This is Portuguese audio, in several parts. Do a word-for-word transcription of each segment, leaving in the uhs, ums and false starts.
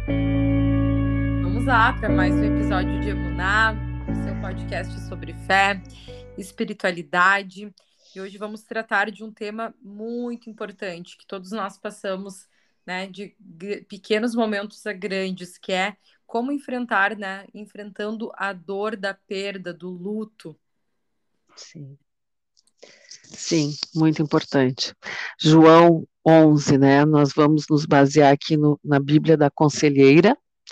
Vamos lá para mais um episódio de Emuná, seu podcast sobre fé, espiritualidade. E hoje vamos tratar de um tema muito importante que todos nós passamos, né, de pequenos momentos a grandes, que é como enfrentar, né, enfrentando a dor da perda, do luto. Sim. Sim, muito importante. João onze, né? Nós vamos nos basear aqui no, na Bíblia da Conselheira,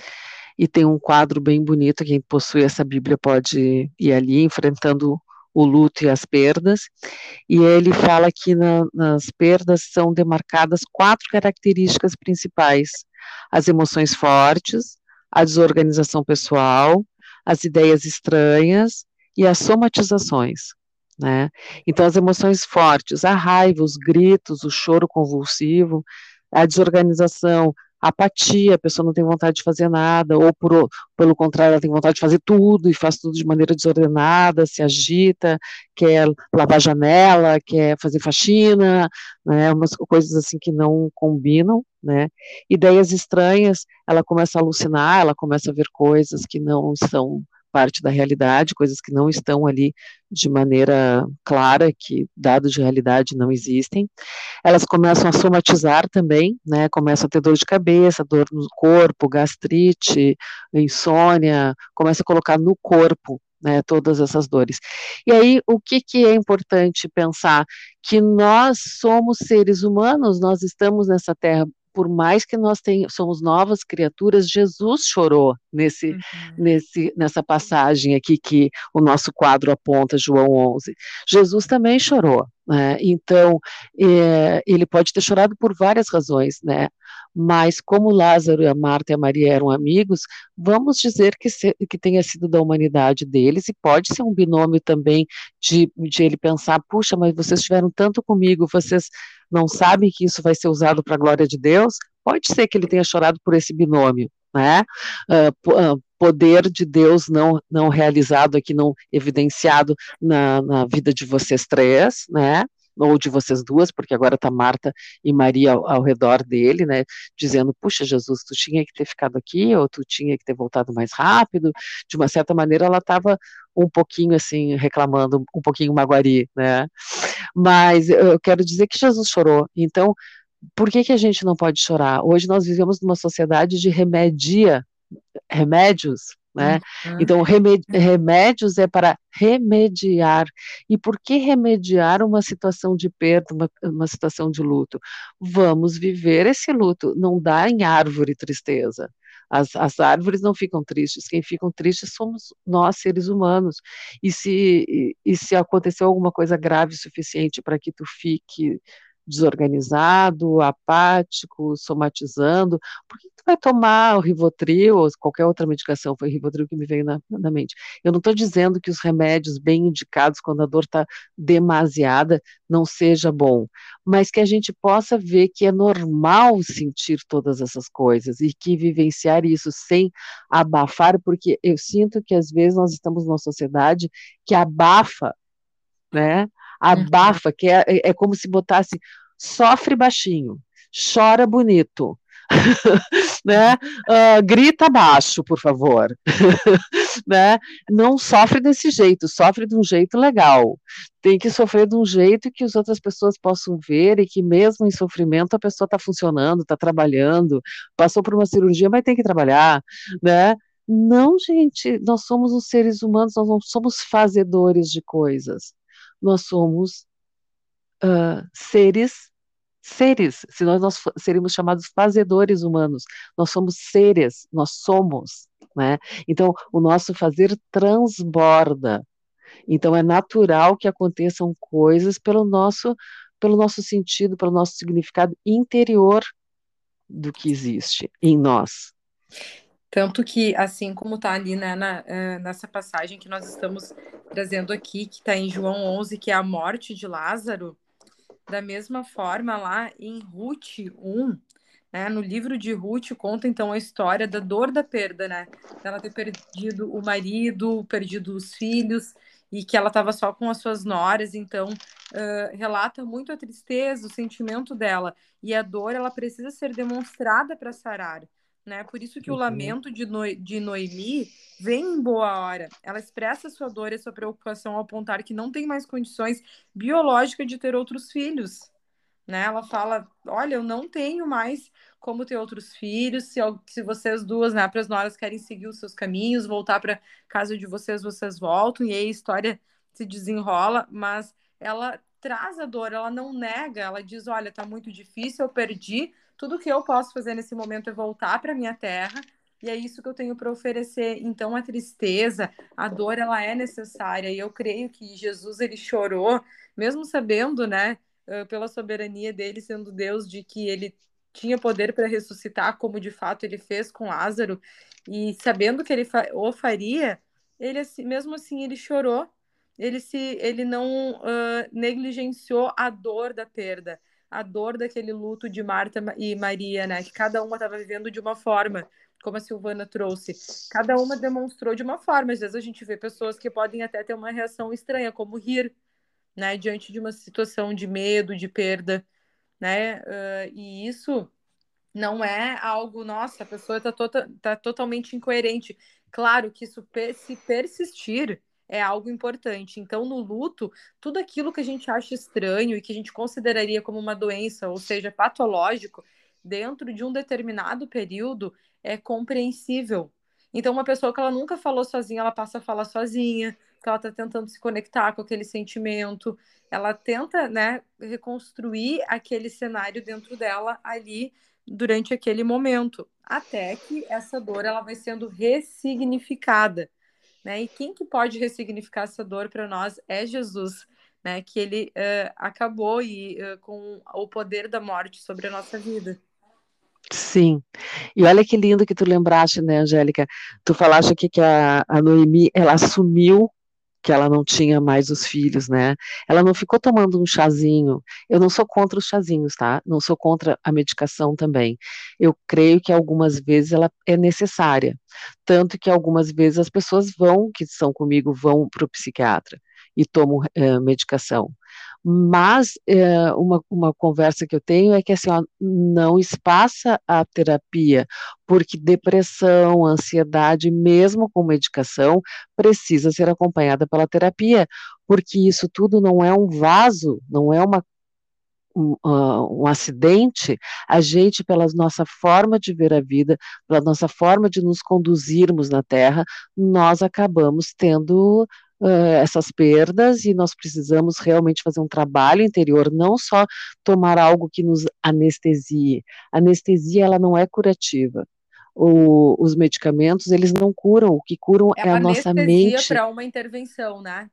e tem um quadro bem bonito, quem possui essa Bíblia pode ir ali, enfrentando o luto e as perdas, e ele fala que na, nas perdas são demarcadas quatro características principais: as emoções fortes, a desorganização pessoal, as ideias estranhas e as somatizações. Né? Então, as emoções fortes, a raiva, os gritos, o choro convulsivo, a desorganização, a apatia, a pessoa não tem vontade de fazer nada, ou por, pelo contrário, ela tem vontade de fazer tudo e faz tudo de maneira desordenada, se agita, quer lavar a janela, quer fazer faxina, né? Umas coisas assim que não combinam, né? Ideias estranhas, ela começa a alucinar, ela começa a ver coisas que não são parte da realidade, coisas que não estão ali de maneira clara, que dados de realidade não existem. Elas começam a somatizar também, né, começam a ter dor de cabeça, dor no corpo, gastrite, insônia, começa a colocar no corpo, né, todas essas dores. E aí, o que, que é importante pensar? Que nós somos seres humanos, nós estamos nessa terra, por mais que nós tenhamos, somos novas criaturas, Jesus chorou nesse, Uhum. nesse, nessa passagem aqui que o nosso quadro aponta, João onze. Jesus também chorou, né? Então, é, ele pode ter chorado por várias razões, né? Mas como Lázaro, a Marta e a Maria eram amigos, vamos dizer que, se, que tenha sido da humanidade deles, e pode ser um binômio também de, de ele pensar, puxa, mas vocês estiveram tanto comigo, vocês não sabem que isso vai ser usado para a glória de Deus? Pode ser que ele tenha chorado por esse binômio, né? Uh, uh, poder de Deus não, não realizado aqui, não evidenciado na, na vida de vocês três, né? Ou de vocês duas, porque agora está Marta e Maria ao, ao redor dele, né, dizendo, puxa, Jesus, tu tinha que ter ficado aqui, ou tu tinha que ter voltado mais rápido. De uma certa maneira, ela estava um pouquinho, assim, reclamando, um pouquinho maguari, né, mas eu quero dizer que Jesus chorou. Então, por que que a gente não pode chorar? Hoje nós vivemos numa sociedade de remedia, remédios, né? Uhum. Então, remédios é para remediar. E por que remediar uma situação de perda, uma, uma situação de luto? Vamos viver esse luto. Não dá em árvore tristeza. As, as árvores não ficam tristes. Quem ficam tristes somos nós, seres humanos. E se, e, e se aconteceu alguma coisa grave o suficiente para que tu fique desorganizado, apático, somatizando, por que tu vai tomar o Rivotril ou qualquer outra medicação? Foi o Rivotril que me veio na, na mente. Eu não estou dizendo que os remédios bem indicados quando a dor está demasiada não seja bom, mas que a gente possa ver que é normal sentir todas essas coisas e que vivenciar isso sem abafar, porque eu sinto que às vezes nós estamos numa sociedade que abafa, né? Uhum. Abafa, que é, é como se botasse, sofre baixinho, chora bonito, né? Uh, grita baixo, por favor, né? Não sofre desse jeito, sofre de um jeito legal. Tem que sofrer de um jeito que as outras pessoas possam ver e que mesmo em sofrimento a pessoa está funcionando, está trabalhando, passou por uma cirurgia, mas tem que trabalhar, né? Não, gente, nós somos os seres humanos, nós não somos fazedores de coisas. Nós somos uh, seres, seres, senão nós seríamos chamados fazedores humanos. Nós somos seres, nós somos, né? Então, o nosso fazer transborda. Então, é natural que aconteçam coisas pelo nosso, pelo nosso sentido, pelo nosso significado interior do que existe em nós. Tanto que, assim como está ali, né, na, nessa passagem que nós estamos trazendo aqui, que está em João onze, que é a morte de Lázaro, da mesma forma lá em Ruth um, né, no livro de Ruth conta então a história da dor da perda, né, ela ter perdido o marido, perdido os filhos, e que ela estava só com as suas noras, então uh, relata muito a tristeza, o sentimento dela, e a dor ela precisa ser demonstrada para sarar. né? Por isso que o Uhum. lamento de, no, de Noemi vem em boa hora. Ela expressa sua dor e sua preocupação ao apontar que não tem mais condições biológicas de ter outros filhos, né? Ela fala, olha, eu não tenho mais como ter outros filhos, se, se vocês duas, né, para as noras querem seguir os seus caminhos, voltar para casa de vocês, vocês voltam, e aí a história se desenrola, mas ela traz a dor, ela não nega, ela diz, olha, tá muito difícil, eu perdi, tudo que eu posso fazer nesse momento é voltar para minha terra, e é isso que eu tenho para oferecer. Então a tristeza, a dor, ela é necessária, e eu creio que Jesus, ele chorou, mesmo sabendo, né, pela soberania dele, sendo Deus, de que ele tinha poder para ressuscitar, como de fato ele fez com Lázaro, e sabendo que ele fa o faria, ele assim, mesmo assim ele chorou, ele se ele não uh, negligenciou a dor da perda, a dor daquele luto de Marta e Maria, né? Que cada uma estava vivendo de uma forma, como a Silvana trouxe. Cada uma demonstrou de uma forma. Às vezes a gente vê pessoas que podem até ter uma reação estranha, como rir, né, diante de uma situação de medo, de perda, né? Uh, e isso não é algo, nossa, a pessoa está tota, tá totalmente incoerente. Claro que isso, se persistir, é algo importante. Então, no luto, tudo aquilo que a gente acha estranho e que a gente consideraria como uma doença, ou seja, patológico, dentro de um determinado período, é compreensível. Então, uma pessoa que ela nunca falou sozinha, ela passa a falar sozinha, que ela está tentando se conectar com aquele sentimento, ela tenta, né, reconstruir aquele cenário dentro dela ali durante aquele momento, até que essa dor ela vai sendo ressignificada, né? E quem que pode ressignificar essa dor para nós é Jesus, né? Que ele uh, acabou e uh, com o poder da morte sobre a nossa vida. Sim, e olha que lindo que tu lembraste, né, Angélica? Tu falaste aqui que a, a Noemi, ela assumiu que ela não tinha mais os filhos, né? Ela não ficou tomando um chazinho. Eu não sou contra os chazinhos, tá? Não sou contra a medicação também. Eu creio que algumas vezes ela é necessária. Tanto que algumas vezes as pessoas vão, que são comigo, vão para o psiquiatra e tomam eh, medicação. Mas eh, uma, uma conversa que eu tenho é que assim, ó, não espaça a terapia, porque depressão, ansiedade, mesmo com medicação, precisa ser acompanhada pela terapia, porque isso tudo não é um vaso, não é uma um, uh, um acidente, a gente, pela nossa forma de ver a vida, pela nossa forma de nos conduzirmos na Terra, nós acabamos tendo uh, essas perdas e nós precisamos realmente fazer um trabalho interior, não só tomar algo que nos anestesie. A anestesia, ela não é curativa. O, os medicamentos, eles não curam, o que curam É é a uma nossa anestesia mente. para uma intervenção, né?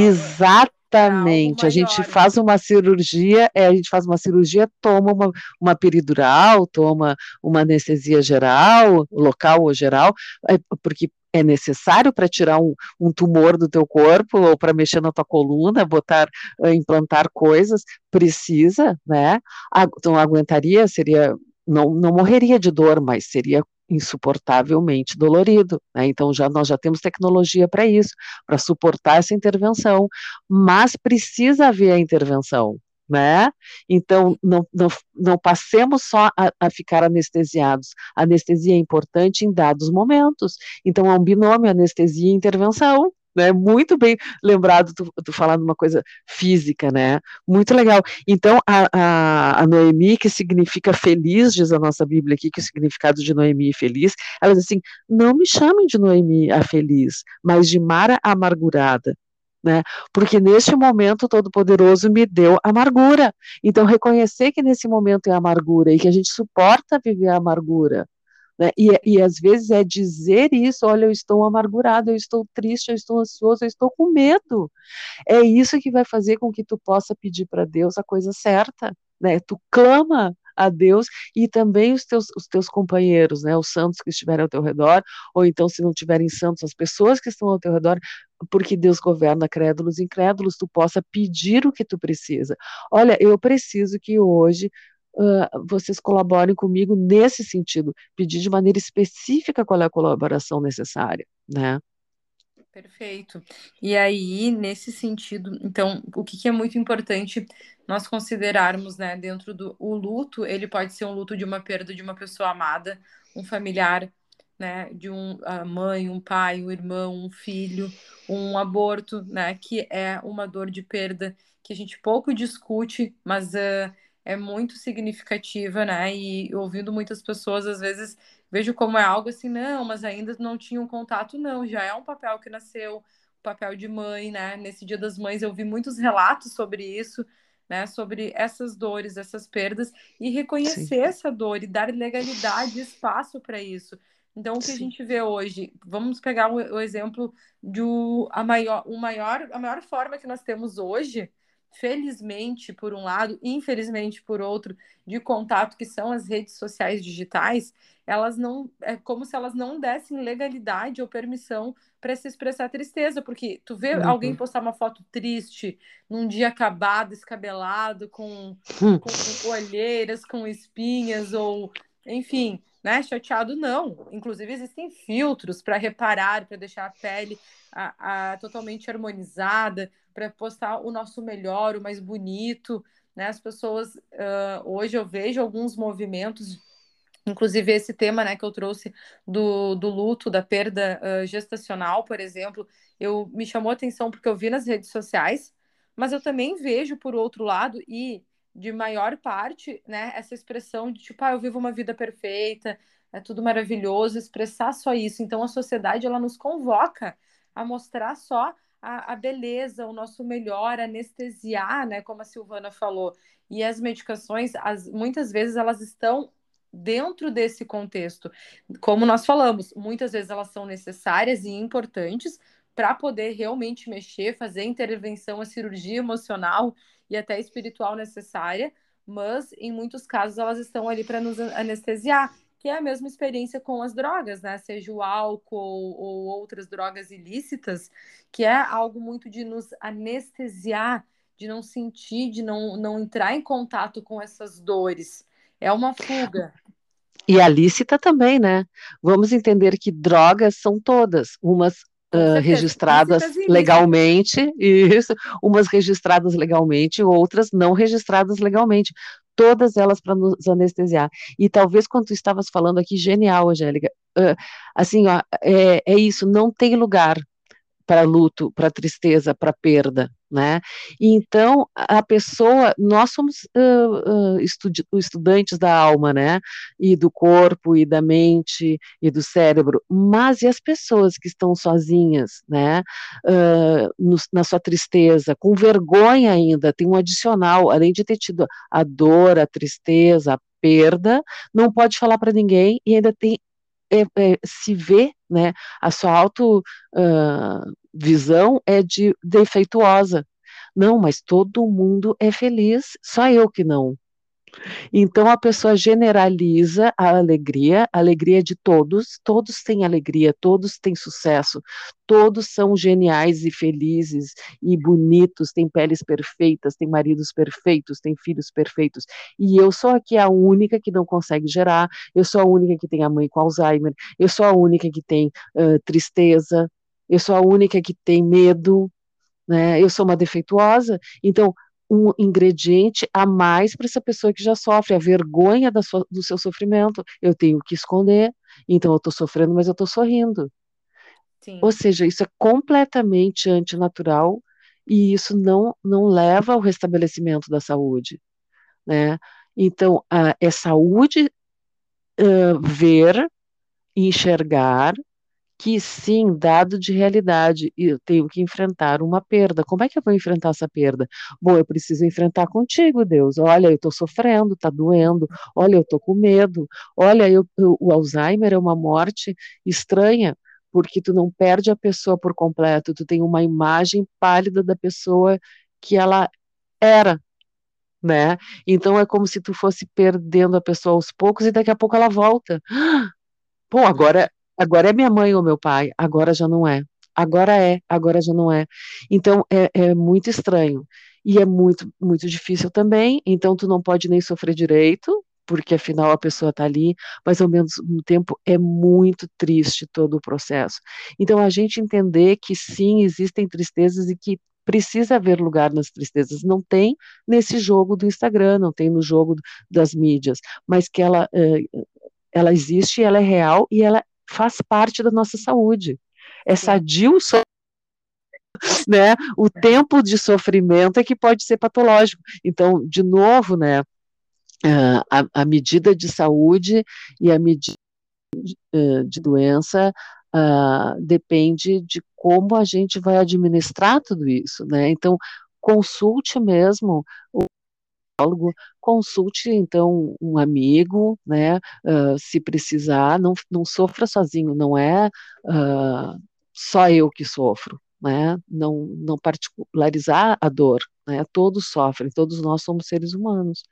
Para algo Exatamente. A gente maior, né? faz uma cirurgia, é, a gente faz uma cirurgia, toma uma, uma peridural, toma uma anestesia geral, local ou geral, é, porque é necessário para tirar um, um tumor do teu corpo ou para mexer na tua coluna, botar, eh, implantar coisas, precisa, né? A- Então aguentaria, seria, não, não morreria de dor, mas seria insuportavelmente dolorido, né? Então já nós já temos tecnologia para isso, para suportar essa intervenção, mas precisa haver a intervenção, né? Então, não, não, não passemos só a, a ficar anestesiados. A anestesia é importante em dados momentos. Então, é um binômio anestesia e intervenção. Né? Muito bem lembrado tu, tu falando uma coisa física, né? Muito legal. Então, a, a, a Noemi, que significa feliz, diz a nossa Bíblia aqui, que o significado de Noemi é feliz, ela diz assim, não me chamem de Noemi a feliz, mas de Mara a amargurada, né? Porque neste momento Todo-Poderoso me deu amargura. Então, reconhecer que nesse momento é amargura e que a gente suporta viver a amargura, né? E, e às vezes é dizer isso: olha, eu estou amargurado, eu estou triste, eu estou ansioso, eu estou com medo. É isso que vai fazer com que tu possa pedir para Deus a coisa certa, né? Tu clama a Deus e também os teus, os teus companheiros, né? Os santos que estiverem ao teu redor, ou então, se não tiverem santos, as pessoas que estão ao teu redor, porque Deus governa crédulos e incrédulos, tu possa pedir o que tu precisa. Olha, eu preciso que hoje uh, vocês colaborem comigo nesse sentido, pedir de maneira específica qual é a colaboração necessária, né? Perfeito. E aí, nesse sentido, então, o que, que é muito importante nós considerarmos, né, dentro do o luto, ele pode ser um luto de uma perda de uma pessoa amada, um familiar, né, de um a mãe, um pai, um irmão, um filho, um aborto, né, que é uma dor de perda que a gente pouco discute, mas uh, é muito significativa, né, e ouvindo muitas pessoas, às vezes vejo como é algo assim, não, mas ainda não tinha um contato, não, já é um papel que nasceu, o papel de mãe, né? Nesse Dia das Mães eu vi muitos relatos sobre isso, né? Sobre essas dores, essas perdas, e Sim, reconhecer essa dor e dar legalidade e espaço para isso. Então, o que a sim, gente vê hoje, vamos pegar o, o exemplo de o, a maior, o maior, a maior forma que nós temos hoje, felizmente por um lado, infelizmente por outro, de contato, que são as redes sociais digitais, elas não é como se elas não dessem legalidade ou permissão para se expressar tristeza, porque tu vê alguém uhum. postar uma foto triste num dia acabado, escabelado, com, Hum, com olheiras, com espinhas ou enfim, né, chateado não. Inclusive existem filtros para reparar, para deixar a pele a, a, totalmente harmonizada, para postar o nosso melhor, o mais bonito, né? As pessoas uh, hoje eu vejo alguns movimentos. Inclusive, esse tema, né, que eu trouxe do, do luto, da perda uh, gestacional, por exemplo, eu me chamou a atenção porque eu vi nas redes sociais, mas eu também vejo, por outro lado, e de maior parte, né, essa expressão de tipo, ah, eu vivo uma vida perfeita, é tudo maravilhoso, expressar só isso. Então, a sociedade, ela nos convoca a mostrar só a, a beleza, o nosso melhor, anestesiar, né, como a Silvana falou. E as medicações, as, muitas vezes, elas estão dentro desse contexto. Como nós falamos, muitas vezes elas são necessárias e importantes para poder realmente mexer, fazer a intervenção, a cirurgia emocional e até espiritual necessária, mas em muitos casos elas estão ali para nos anestesiar, que é a mesma experiência com as drogas, né? Seja o álcool ou outras drogas ilícitas, que é algo muito de nos anestesiar, de não sentir, de não, não entrar em contato com essas dores. É uma fuga. E a lícita também, né? Vamos entender que drogas são todas, umas Com uh, certeza. registradas Lícitas e ilícitas. legalmente, isso, umas registradas legalmente, outras não registradas legalmente. Todas elas para nos anestesiar. E talvez quando tu estavas falando aqui, genial, Angélica, uh, assim, ó, é, é isso, não tem lugar para luto, para tristeza, para perda, né? E então a pessoa, nós somos uh, uh, estudi estudantes da alma, né? E do corpo e da mente e do cérebro, mas e as pessoas que estão sozinhas, né? Uh, no, na sua tristeza, com vergonha ainda, tem um adicional, além de ter tido a dor, a tristeza, a perda, não pode falar para ninguém e ainda tem é, é, se vê, né, a sua auto uh, visão é de defeituosa. Não, mas todo mundo é feliz, só eu que não. Então a pessoa generaliza a alegria, a alegria é de todos, todos têm alegria, todos têm sucesso, todos são geniais e felizes e bonitos, têm peles perfeitas, têm maridos perfeitos, têm filhos perfeitos. E eu sou aqui a única que não consegue gerar, eu sou a única que tem a mãe com Alzheimer, eu sou a única que tem uh, tristeza, eu sou a única que tem medo, né? Eu sou uma defeituosa, então um ingrediente a mais para essa pessoa que já sofre, a vergonha da sua, do seu sofrimento. Eu tenho que esconder, então eu estou sofrendo, mas eu estou sorrindo. Ou Sim, seja, isso é completamente antinatural e isso não, não leva ao restabelecimento da saúde, né? Então, a, é saúde uh, ver, enxergar que sim, dado de realidade, eu tenho que enfrentar uma perda. Como é que eu vou enfrentar essa perda? Bom, eu preciso enfrentar contigo, Deus. Olha, eu estou sofrendo, está doendo. Olha, eu estou com medo. Olha, eu, eu, o Alzheimer é uma morte estranha, porque tu não perde a pessoa por completo, tu tem uma imagem pálida da pessoa que ela era. Né? Então é como se tu fosse perdendo a pessoa aos poucos e daqui a pouco ela volta. Pô, agora, agora é minha mãe ou meu pai, agora já não é. Agora é, agora já não é. Então é, é muito estranho. E é muito, muito difícil também, então tu não pode nem sofrer direito, porque afinal a pessoa está ali, mas ao mesmo tempo é muito triste todo o processo. Então a gente entender que sim, existem tristezas e que precisa haver lugar nas tristezas, não tem nesse jogo do Instagram, não tem no jogo das mídias, mas que ela, ela existe, ela é real e ela faz parte da nossa saúde. É Sim. sadio, né? O tempo de sofrimento é que pode ser patológico. Então, de novo, né? A, a medida de saúde e a medida de, de doença uh, depende de como a gente vai administrar tudo isso, né? Então, consulte mesmo o psicólogo, consulte então um amigo, né? Uh, se precisar, não, não sofra sozinho, não é uh, só eu que sofro, né? Não, não particularizar a dor, né? Todos sofrem, todos nós somos seres humanos.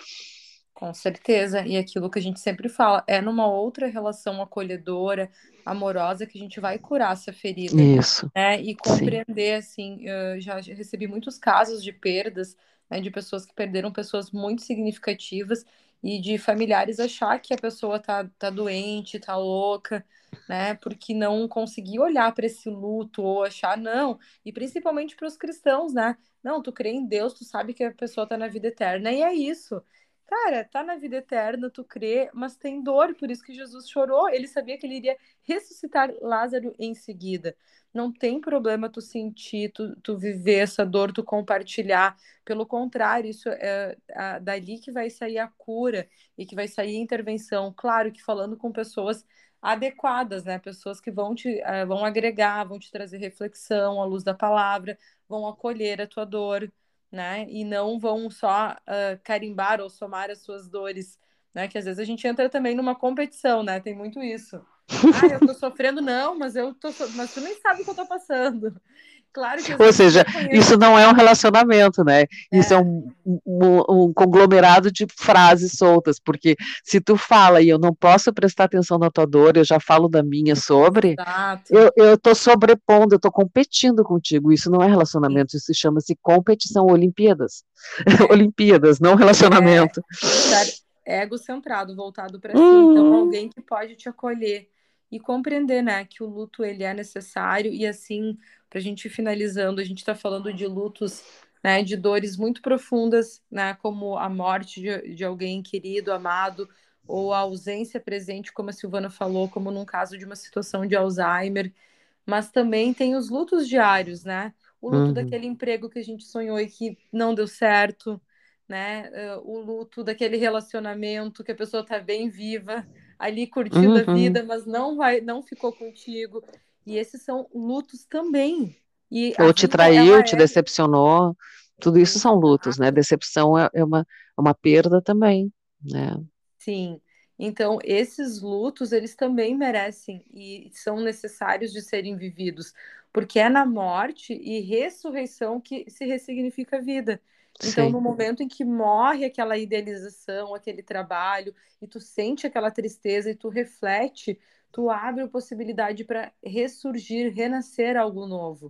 Com certeza, e aquilo que a gente sempre fala, é numa outra relação acolhedora, amorosa, que a gente vai curar essa ferida, Isso, né? E sim. compreender, assim, eu já recebi muitos casos de perdas, né, de pessoas que perderam pessoas muito significativas e de familiares achar que a pessoa tá, tá doente, tá louca, né? Porque não conseguir olhar para esse luto ou achar, não, e principalmente para os cristãos, né? Não, tu crê em Deus, tu sabe que a pessoa tá na vida eterna, e é isso. Cara, tá na vida eterna, tu crê, mas tem dor, por isso que Jesus chorou. Ele sabia que ele iria ressuscitar Lázaro em seguida. Não tem problema tu sentir, tu, tu viver essa dor, tu compartilhar. Pelo contrário, isso é a, dali que vai sair a cura e que vai sair a intervenção. Claro que falando com pessoas adequadas, né? Pessoas que vão te uh, vão agregar, vão te trazer reflexão à luz da palavra, vão acolher a tua dor, né? E não vão só uh, carimbar ou somar as suas dores, né? Que às vezes a gente entra também numa competição, né? Tem muito isso. Ah, eu tô sofrendo, não, mas eu tô, so... mas tu nem sabe o que eu tô passando. Claro que às Ou vezes tu seja, reconhece. isso não é um relacionamento, né? Isso é É, um, um, um, conglomerado de frases soltas, porque se tu fala e eu não posso prestar atenção na tua dor, eu já falo da minha sobre, exato. eu, eu tô sobrepondo, eu tô competindo contigo. Isso não é Sim. relacionamento, isso chama-se competição, Olimpíadas. É, Olimpíadas, não é relacionamento. estar egocentrado, voltado para si. Então, Uhum, alguém que pode te acolher e compreender, né, que o luto ele é necessário e assim, para a gente ir finalizando, a gente está falando de lutos, né, de dores muito profundas, né, como a morte de, de alguém querido, amado, ou a ausência presente, como a Silvana falou, como num caso de uma situação de Alzheimer, mas também tem os lutos diários, né? O luto uhum, daquele emprego que a gente sonhou e que não deu certo, né? Uh, o luto daquele relacionamento que a pessoa tá bem viva, ali curtindo a uhum. vida, mas não vai, não ficou contigo. E esses são lutos também. E a Ou te vida, traiu, ela te é decepcionou, tudo isso são lutos, né? exato. Decepção é, é uma, é uma perda também, né? Sim. Então, esses lutos, eles também merecem e são necessários de serem vividos, porque é na morte e ressurreição que se ressignifica a vida. Então, no Sim, momento em que morre aquela idealização, aquele trabalho, e tu sente aquela tristeza e tu reflete, tu abre a possibilidade para ressurgir, renascer algo novo.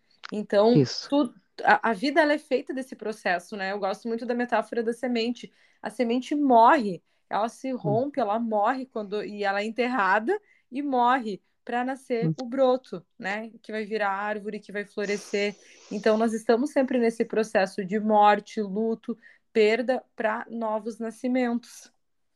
Então, isso. tu, a, a vida ela é feita desse processo, né? Eu gosto muito da metáfora da semente. A semente morre, ela se Hum, rompe, ela morre quando e ela é enterrada e morre para nascer hum. o broto, né? Que vai virar árvore, que vai florescer. Então, nós estamos sempre nesse processo de morte, luto, perda para novos nascimentos.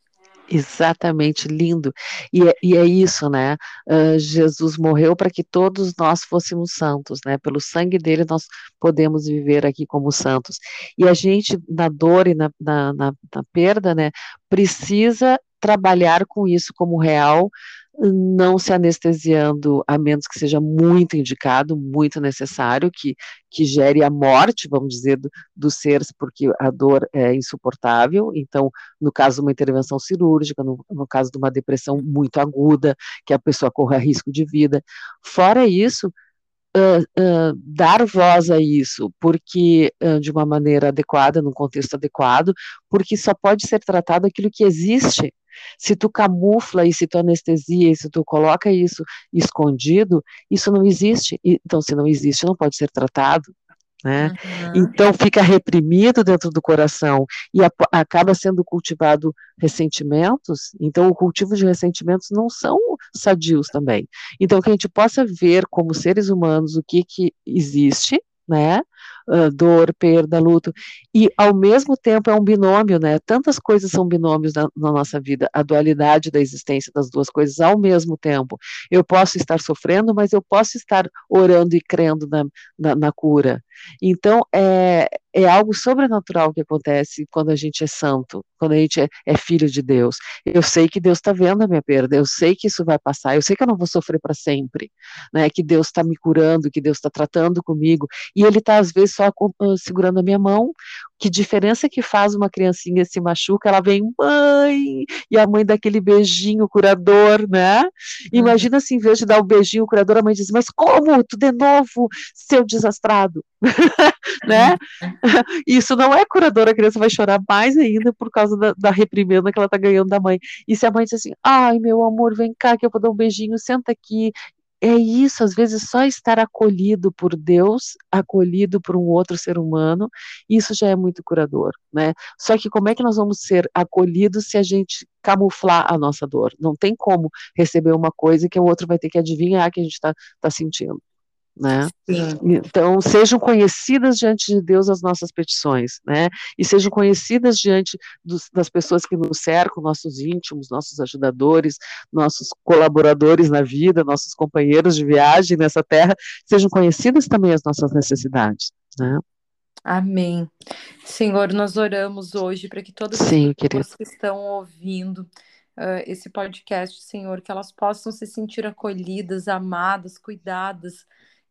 Exatamente, lindo. E é, e é isso, né? Uh, Jesus morreu para que todos nós fôssemos santos, né? Pelo sangue dele nós podemos viver aqui como santos. E a gente, na dor e na, na, na, na perda, né? Precisa trabalhar com isso como real, não se anestesiando, a menos que seja muito indicado, muito necessário, que, que gere a morte, vamos dizer, do, dos seres, porque a dor é insuportável. Então, no caso de uma intervenção cirúrgica, no, no caso de uma depressão muito aguda, que a pessoa corra risco de vida. Fora isso, uh, uh, dar voz a isso, porque uh, de uma maneira adequada, num contexto adequado, porque só pode ser tratado aquilo que existe. Se tu camufla e se tu anestesia e se tu coloca isso escondido, isso não existe. Então, se não existe, não pode ser tratado. né? Uhum. Então fica reprimido dentro do coração e a, acaba sendo cultivado ressentimentos. Então o cultivo de ressentimentos não são sadios também. Então que a gente possa ver como seres humanos o que que existe, né? Uh, dor, perda, luto, e ao mesmo tempo é um binômio, né? Tantas coisas são binômios na, na nossa vida, a dualidade da existência das duas coisas ao mesmo tempo. Eu posso estar sofrendo, mas eu posso estar orando e crendo na, na, na cura. Então, é, é algo sobrenatural que acontece quando a gente é santo, quando a gente é, é filho de Deus. Eu sei que Deus está vendo a minha perda, eu sei que isso vai passar, eu sei que eu não vou sofrer para sempre, né? Que Deus está me curando, que Deus está tratando comigo, e Ele está, às vezes, só uh, segurando a minha mão. Que diferença que faz uma criancinha se machuca, ela vem, mãe, e a mãe dá aquele beijinho curador, né? Uhum. Imagina assim, em vez de dar o beijinho curador, a mãe diz, mas como? Tu de novo, seu desastrado, né? Isso não é curador, a criança vai chorar mais ainda por causa da, da reprimenda que ela tá ganhando da mãe. E se a mãe diz assim, ai, meu amor, vem cá que eu vou dar um beijinho, senta aqui. É isso, às vezes só estar acolhido por Deus, acolhido por um outro ser humano, isso já é muito curador, né? Só que como é que nós vamos ser acolhidos se a gente camuflar a nossa dor? Não tem como receber uma coisa que o outro vai ter que adivinhar que a gente está tá sentindo, né? Sim. Então, sejam conhecidas diante de Deus as nossas petições, né? E sejam conhecidas diante dos, das pessoas que nos cercam, nossos íntimos, nossos ajudadores, nossos colaboradores na vida, nossos companheiros de viagem nessa terra, sejam conhecidas também as nossas necessidades, né? Amém. Senhor, nós oramos hoje para que todas as Sim, querido. pessoas que estão ouvindo uh, esse podcast, Senhor, que elas possam se sentir acolhidas, amadas, cuidadas,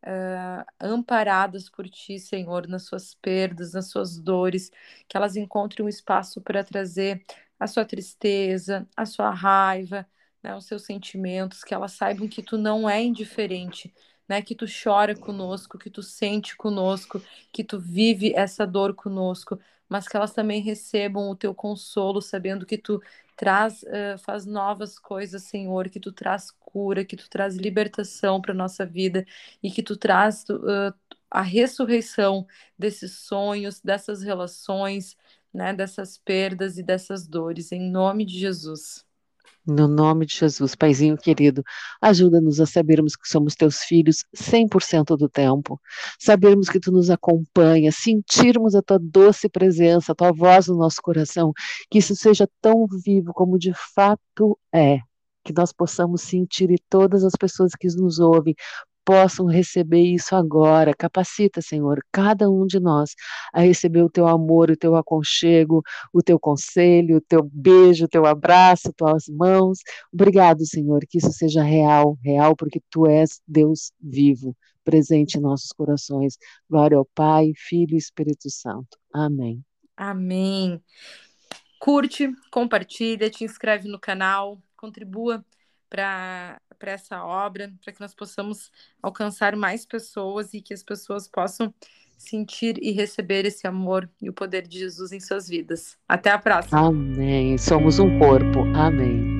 uh, amparadas por Ti, Senhor, nas suas perdas, nas suas dores, que elas encontrem um espaço para trazer a sua tristeza, a sua raiva, né, os seus sentimentos, que elas saibam que Tu não é indiferente, né, que Tu chora conosco, que Tu sente conosco, que Tu vive essa dor conosco, mas que elas também recebam o Teu consolo, sabendo que Tu traz, uh, faz novas coisas, Senhor, que Tu traz cura, que Tu traz libertação para nossa vida e que Tu traz uh, a ressurreição desses sonhos, dessas relações, né, dessas perdas e dessas dores, em nome de Jesus. No nome de Jesus, Paizinho querido, ajuda-nos a sabermos que somos teus filhos cem por cento do tempo, sabermos que tu nos acompanhas, sentirmos a tua doce presença, a tua voz no nosso coração, que isso seja tão vivo como de fato é, que nós possamos sentir e todas as pessoas que nos ouvem possam receber isso agora. Capacita, Senhor, cada um de nós a receber o teu amor, o teu aconchego, o teu conselho, o teu beijo, o teu abraço, tuas mãos. Obrigado, Senhor, que isso seja real, real, porque tu és Deus vivo, presente em nossos corações. Glória ao Pai, Filho e Espírito Santo. Amém. Amém. Curte, compartilha, te inscreve no canal, contribua para para essa obra, para que nós possamos alcançar mais pessoas e que as pessoas possam sentir e receber esse amor e o poder de Jesus em suas vidas. Até a próxima. Amém. Somos um corpo. Amém.